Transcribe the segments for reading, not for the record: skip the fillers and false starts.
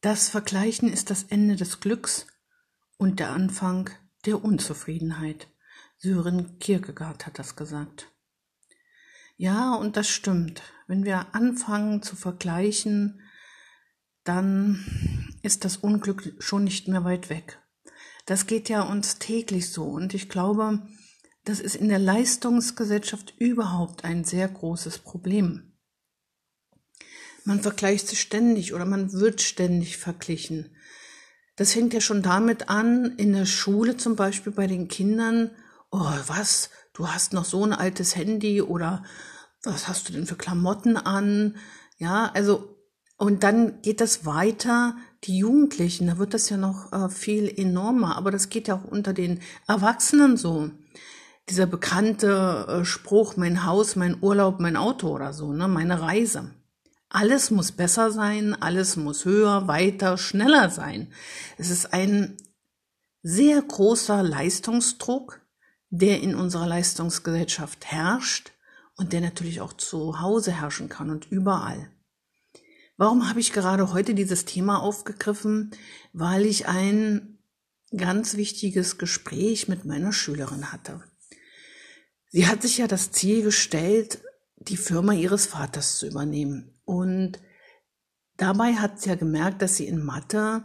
Das Vergleichen ist das Ende des Glücks und der Anfang der Unzufriedenheit. Sören Kierkegaard hat das gesagt. Ja, und das stimmt. Wenn wir anfangen zu vergleichen, dann ist das Unglück schon nicht mehr weit weg. Das geht ja uns täglich so, und ich glaube, das ist in der Leistungsgesellschaft überhaupt ein sehr großes Problem. Man vergleicht sich ständig oder man wird ständig verglichen. Das fängt ja schon damit an, in der Schule zum Beispiel bei den Kindern: oh, was, du hast noch so ein altes Handy, oder was hast du denn für Klamotten an? Ja, also, und dann geht das weiter, die Jugendlichen, da wird das ja noch viel enormer, aber das geht ja auch unter den Erwachsenen so. Dieser bekannte Spruch: mein Haus, mein Urlaub, mein Auto oder so, ne, meine Reise. Alles muss besser sein, alles muss höher, weiter, schneller sein. Es ist ein sehr großer Leistungsdruck, der in unserer Leistungsgesellschaft herrscht und der natürlich auch zu Hause herrschen kann und überall. Warum habe ich gerade heute dieses Thema aufgegriffen? Weil ich ein ganz wichtiges Gespräch mit meiner Schülerin hatte. Sie hat sich ja das Ziel gestellt, die Firma ihres Vaters zu übernehmen. Und dabei hat sie ja gemerkt, dass sie in Mathe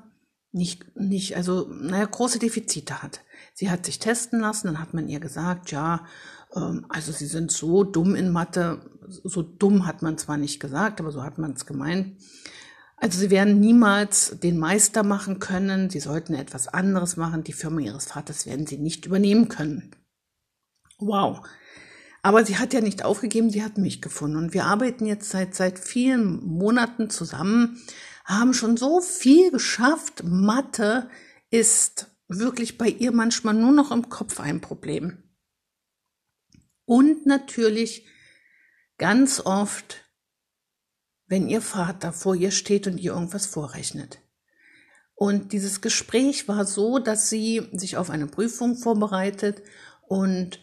große Defizite hat. Sie hat sich testen lassen, dann hat man ihr gesagt, ja, also sie sind so dumm in Mathe. So dumm hat man zwar nicht gesagt, aber so hat man es gemeint. Also sie werden niemals den Meister machen können, sie sollten etwas anderes machen, die Firma ihres Vaters werden sie nicht übernehmen können. Wow. Aber sie hat ja nicht aufgegeben, sie hat mich gefunden. Und wir arbeiten jetzt seit vielen Monaten zusammen, haben schon so viel geschafft. Mathe ist wirklich bei ihr manchmal nur noch im Kopf ein Problem. Und natürlich ganz oft, wenn ihr Vater vor ihr steht und ihr irgendwas vorrechnet. Und dieses Gespräch war so, dass sie sich auf eine Prüfung vorbereitet und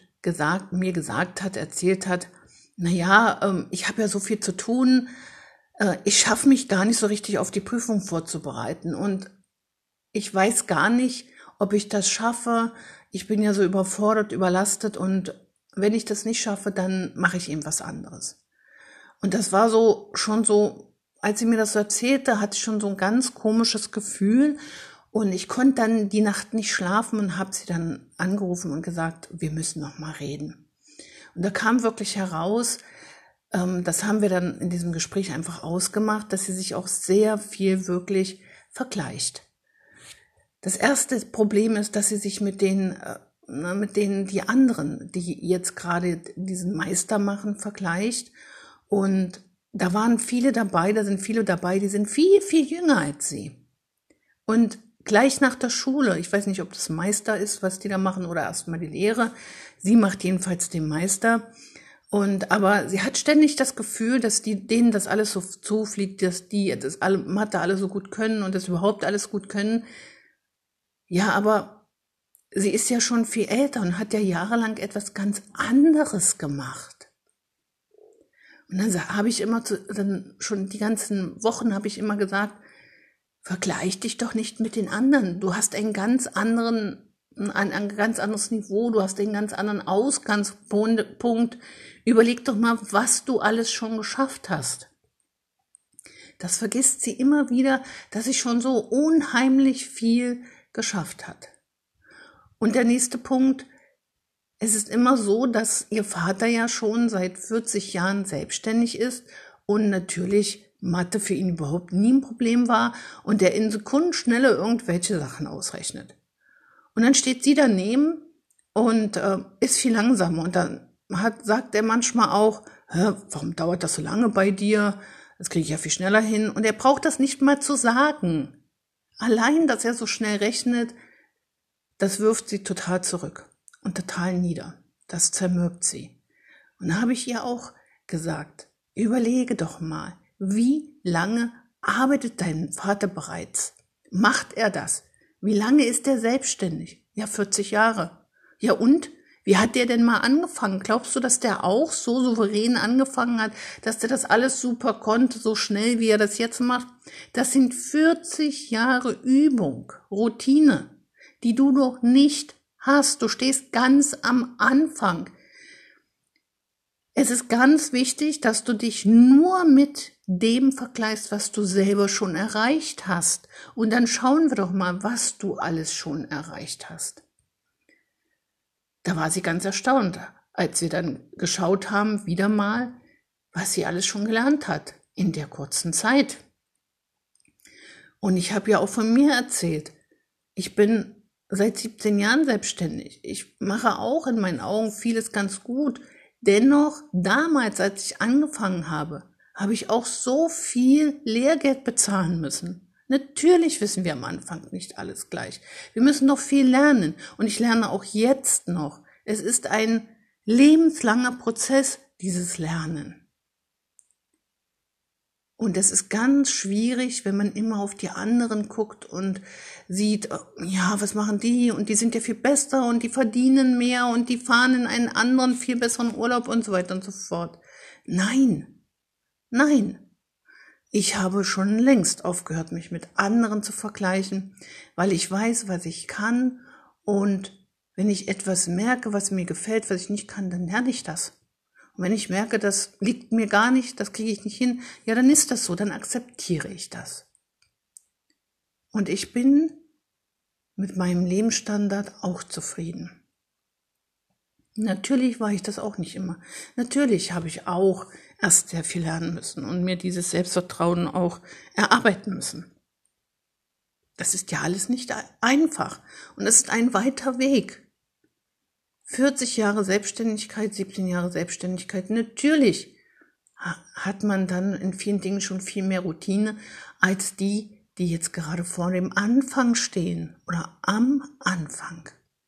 erzählt hat, ich habe ja so viel zu tun, ich schaffe mich gar nicht so richtig auf die Prüfung vorzubereiten und ich weiß gar nicht, ob ich das schaffe. Ich bin ja so überfordert, überlastet, und wenn ich das nicht schaffe, dann mache ich eben was anderes. Und das war schon so, als sie mir das so erzählte, hatte ich schon so ein ganz komisches Gefühl. Und ich konnte dann die Nacht nicht schlafen und habe sie dann angerufen und gesagt, wir müssen noch mal reden. Und da kam wirklich heraus, das haben wir dann in diesem Gespräch einfach ausgemacht, dass sie sich auch sehr viel wirklich vergleicht. Das erste Problem ist, dass sie sich mit denen die anderen, die jetzt gerade diesen Meister machen, vergleicht. Und da sind viele dabei, die sind viel, viel jünger als sie. Und gleich nach der Schule, ich weiß nicht, ob das Meister ist, was die da machen, oder erstmal die Lehre. Sie macht jedenfalls den Meister. Aber sie hat ständig das Gefühl, dass denen das alles so zufliegt, dass die das alle Mathe alle so gut können und das überhaupt alles gut können. Ja, aber sie ist ja schon viel älter und hat ja jahrelang etwas ganz anderes gemacht. Und dann habe ich schon die ganzen Wochen habe ich immer gesagt, vergleich dich doch nicht mit den anderen. Du hast ein ganz anderes Niveau, du hast einen ganz anderen Ausgangspunkt. Überleg doch mal, was du alles schon geschafft hast. Das vergisst sie immer wieder, dass sie schon so unheimlich viel geschafft hat. Und der nächste Punkt: Es ist immer so, dass ihr Vater ja schon seit 40 Jahren selbstständig ist und natürlich Mathe für ihn überhaupt nie ein Problem war und der in Sekundenschnelle irgendwelche Sachen ausrechnet. Und dann steht sie daneben und ist viel langsamer. Und dann sagt er manchmal auch, warum dauert das so lange bei dir? Das kriege ich ja viel schneller hin. Und er braucht das nicht mal zu sagen. Allein, dass er so schnell rechnet, das wirft sie total zurück und total nieder. Das zermürbt sie. Und da habe ich ihr auch gesagt, überlege doch mal, wie lange arbeitet dein Vater bereits? Macht er das? Wie lange ist er selbstständig? Ja, 40 Jahre. Ja, und? Wie hat der denn mal angefangen? Glaubst du, dass der auch so souverän angefangen hat, dass der das alles super konnte, so schnell, wie er das jetzt macht? Das sind 40 Jahre Übung, Routine, die du noch nicht hast. Du stehst ganz am Anfang. Es ist ganz wichtig, dass du dich nur mit dem vergleichst, was du selber schon erreicht hast. Und dann schauen wir doch mal, was du alles schon erreicht hast. Da war sie ganz erstaunt, als wir dann geschaut haben, wieder mal, was sie alles schon gelernt hat in der kurzen Zeit. Und ich habe ja auch von mir erzählt. Ich bin seit 17 Jahren selbstständig. Ich mache auch in meinen Augen vieles ganz gut. Dennoch, damals, als ich angefangen habe, habe ich auch so viel Lehrgeld bezahlen müssen. Natürlich wissen wir am Anfang nicht alles gleich. Wir müssen noch viel lernen und ich lerne auch jetzt noch. Es ist ein lebenslanger Prozess, dieses Lernen. Und es ist ganz schwierig, wenn man immer auf die anderen guckt und sieht, ja, was machen die? Und die sind ja viel besser und die verdienen mehr und die fahren in einen anderen, viel besseren Urlaub und so weiter und so fort. Nein, nein. Ich habe schon längst aufgehört, mich mit anderen zu vergleichen, weil ich weiß, was ich kann. Und wenn ich etwas merke, was mir gefällt, was ich nicht kann, dann lerne ich das. Und wenn ich merke, das liegt mir gar nicht, das kriege ich nicht hin, ja, dann ist das so, dann akzeptiere ich das. Und ich bin mit meinem Lebensstandard auch zufrieden. Natürlich war ich das auch nicht immer. Natürlich habe ich auch erst sehr viel lernen müssen und mir dieses Selbstvertrauen auch erarbeiten müssen. Das ist ja alles nicht einfach und es ist ein weiter Weg. 40 Jahre Selbstständigkeit, 17 Jahre Selbstständigkeit, natürlich hat man dann in vielen Dingen schon viel mehr Routine als die jetzt gerade vor dem Anfang stehen oder am Anfang.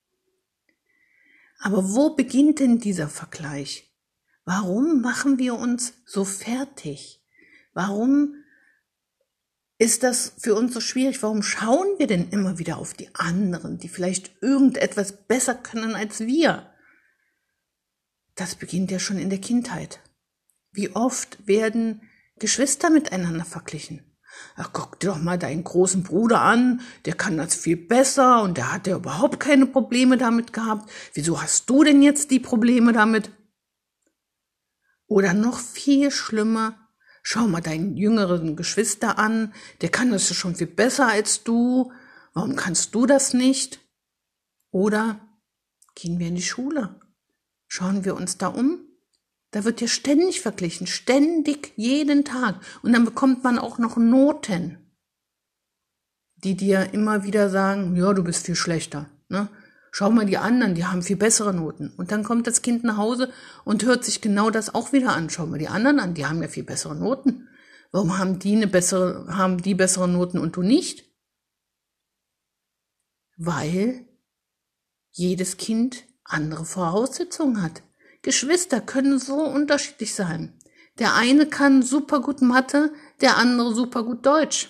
Aber wo beginnt denn dieser Vergleich? Warum machen wir uns so fertig? Warum ist das für uns so schwierig? Warum schauen wir denn immer wieder auf die anderen, die vielleicht irgendetwas besser können als wir? Das beginnt ja schon in der Kindheit. Wie oft werden Geschwister miteinander verglichen? Ach, guck dir doch mal deinen großen Bruder an, der kann das viel besser und der hat ja überhaupt keine Probleme damit gehabt. Wieso hast du denn jetzt die Probleme damit? Oder noch viel schlimmer, schau mal deinen jüngeren Geschwister an, der kann das ja schon viel besser als du. Warum kannst du das nicht? Oder gehen wir in die Schule? Schauen wir uns da um? Da wird ja ständig verglichen, ständig, jeden Tag. Und dann bekommt man auch noch Noten, die dir immer wieder sagen, ja, du bist viel schlechter. Ne? Schau mal die anderen, die haben viel bessere Noten. Und dann kommt das Kind nach Hause und hört sich genau das auch wieder an. Schau mal die anderen an, die haben ja viel bessere Noten. Warum haben die bessere Noten und du nicht? Weil jedes Kind andere Voraussetzungen hat. Geschwister können so unterschiedlich sein. Der eine kann super gut Mathe, der andere super gut Deutsch.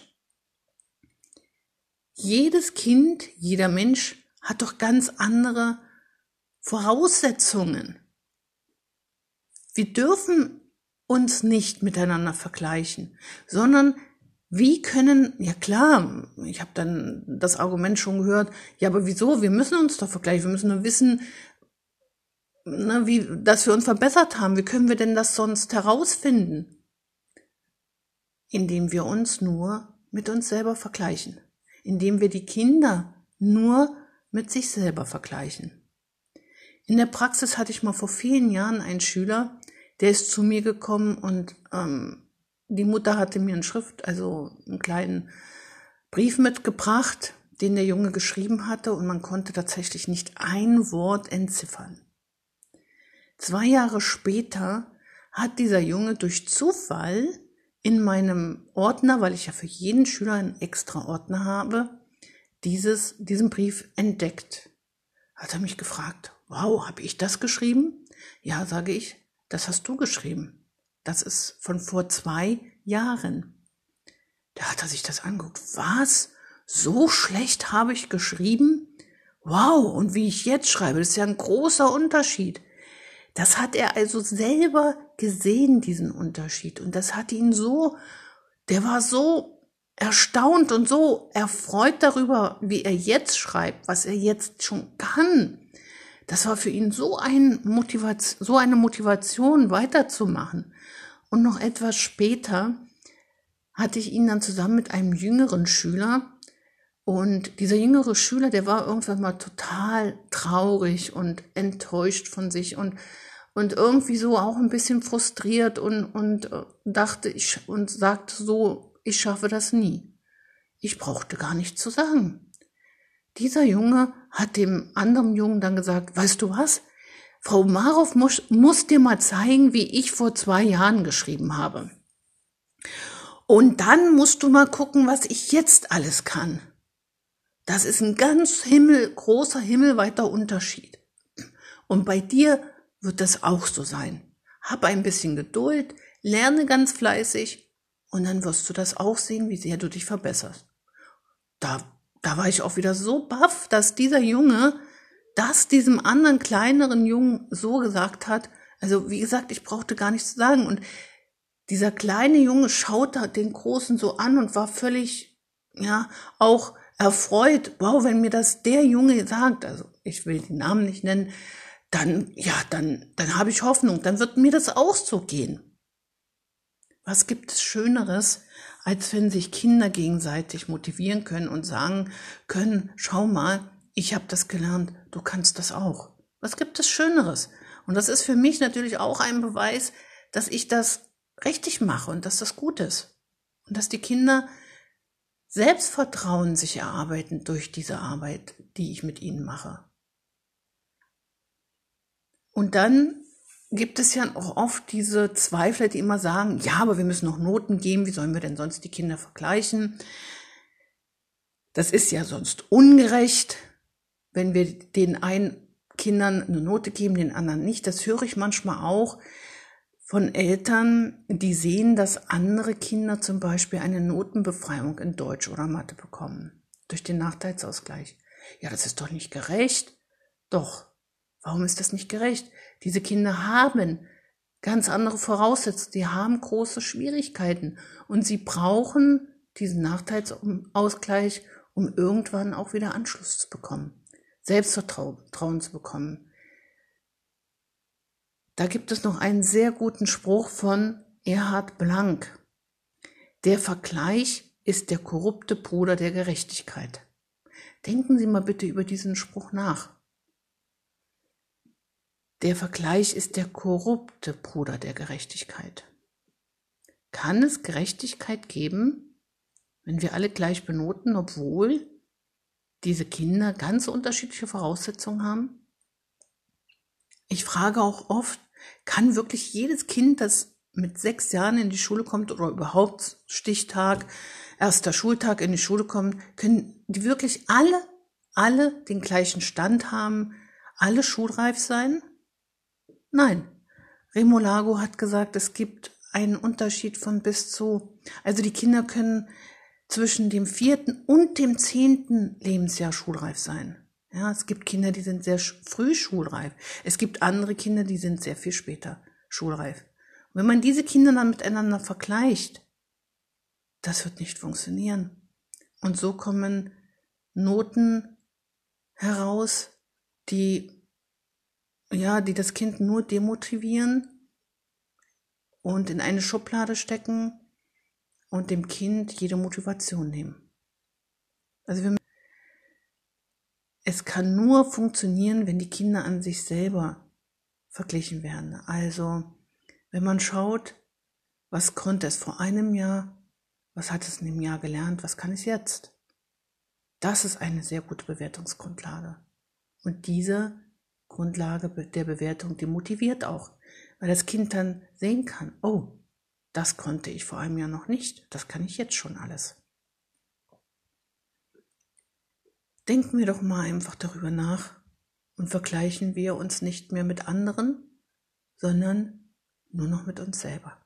Jedes Kind, jeder Mensch hat doch ganz andere Voraussetzungen. Wir dürfen uns nicht miteinander vergleichen, sondern ja klar, ich habe dann das Argument schon gehört, ja, aber wieso? Wir müssen uns doch vergleichen, wir müssen nur wissen, dass wir uns verbessert haben. Wie können wir denn das sonst herausfinden? Indem wir uns nur mit uns selber vergleichen. Indem wir die Kinder nur mit sich selber vergleichen. In der Praxis hatte ich mal vor vielen Jahren einen Schüler, der ist zu mir gekommen und die Mutter hatte mir einen kleinen Brief mitgebracht, den der Junge geschrieben hatte und man konnte tatsächlich nicht ein Wort entziffern. 2 Jahre später hat dieser Junge durch Zufall in meinem Ordner, weil ich ja für jeden Schüler einen extra Ordner habe, diesen Brief entdeckt. Hat er mich gefragt, wow, habe ich das geschrieben? Ja, sage ich, das hast du geschrieben. Das ist von vor 2 Jahren. Da hat er sich das angeguckt. Was? So schlecht habe ich geschrieben? wow, und wie ich jetzt schreibe, das ist ja ein großer Unterschied. Das hat er also selber gesehen, diesen Unterschied. Und das hat ihn so, der war so erstaunt und so erfreut darüber, wie er jetzt schreibt, was er jetzt schon kann. Das war für ihn so eine Motivation, weiterzumachen. Und noch etwas später hatte ich ihn dann zusammen mit einem jüngeren Schüler. Und dieser jüngere Schüler, der war irgendwann mal total traurig und enttäuscht von sich und irgendwie so auch ein bisschen frustriert und sagte so, ich schaffe das nie. Ich brauchte gar nichts zu sagen. Dieser Junge hat dem anderen Jungen dann gesagt, weißt du was? Frau Marow muss dir mal zeigen, wie ich vor 2 Jahren geschrieben habe. Und dann musst du mal gucken, was ich jetzt alles kann. Das ist ein ganz großer, himmelweiter Unterschied. Und bei dir wird das auch so sein. Hab ein bisschen Geduld, lerne ganz fleißig und dann wirst du das auch sehen, wie sehr du dich verbesserst. Da war ich auch wieder so baff, dass dieser Junge das diesem anderen kleineren Jungen so gesagt hat. Also wie gesagt, ich brauchte gar nichts zu sagen. Und dieser kleine Junge schaute den Großen so an und war völlig, auch erfreut. Wow, wenn mir das der Junge sagt, also ich will den Namen nicht nennen, dann habe ich Hoffnung, dann wird mir das auch so gehen. Was gibt es Schöneres, als wenn sich Kinder gegenseitig motivieren können und sagen können, schau mal, ich habe das gelernt, du kannst das auch. Was gibt es Schöneres? Und das ist für mich natürlich auch ein Beweis, dass ich das richtig mache und dass das gut ist. Und dass die Kinder Selbstvertrauen sich erarbeiten durch diese Arbeit, die ich mit ihnen mache. Und dann gibt es ja auch oft diese Zweifler, die immer sagen, ja, aber wir müssen noch Noten geben, wie sollen wir denn sonst die Kinder vergleichen? Das ist ja sonst ungerecht, wenn wir den einen Kindern eine Note geben, den anderen nicht. Das höre ich manchmal auch von Eltern, die sehen, dass andere Kinder zum Beispiel eine Notenbefreiung in Deutsch oder Mathe bekommen, durch den Nachteilsausgleich. Ja, das ist doch nicht gerecht. Doch. Warum ist das nicht gerecht? Diese Kinder haben ganz andere Voraussetzungen, die haben große Schwierigkeiten und sie brauchen diesen Nachteilsausgleich, um irgendwann auch wieder Anschluss zu bekommen, Selbstvertrauen zu bekommen. Da gibt es noch einen sehr guten Spruch von Erhard Blank. Der Vergleich ist der korrupte Bruder der Gerechtigkeit. Denken Sie mal bitte über diesen Spruch nach. Der Vergleich ist der korrupte Bruder der Gerechtigkeit. Kann es Gerechtigkeit geben, wenn wir alle gleich benoten, obwohl diese Kinder ganz unterschiedliche Voraussetzungen haben? Ich frage auch oft, kann wirklich jedes Kind, das mit 6 Jahren in die Schule kommt oder überhaupt Stichtag, erster Schultag in die Schule kommt, können die wirklich alle den gleichen Stand haben, alle schulreif sein? Nein. Remolago hat gesagt, es gibt einen Unterschied von also die Kinder können zwischen dem 4. und dem 10. Lebensjahr schulreif sein. Ja, es gibt Kinder, die sind sehr früh schulreif. Es gibt andere Kinder, die sind sehr viel später schulreif. Und wenn man diese Kinder dann miteinander vergleicht, das wird nicht funktionieren. Und so kommen Noten heraus, die das Kind nur demotivieren und in eine Schublade stecken und dem Kind jede Motivation nehmen. Also es kann nur funktionieren, wenn die Kinder an sich selber verglichen werden. Also wenn man schaut, was konnte es vor einem Jahr, was hat es in dem Jahr gelernt, was kann es jetzt? Das ist eine sehr gute Bewertungsgrundlage. Und diese Grundlage der Bewertung, die motiviert auch, weil das Kind dann sehen kann, oh, das konnte ich vor einem Jahr noch nicht, das kann ich jetzt schon alles. Denken wir doch mal einfach darüber nach und vergleichen wir uns nicht mehr mit anderen, sondern nur noch mit uns selber.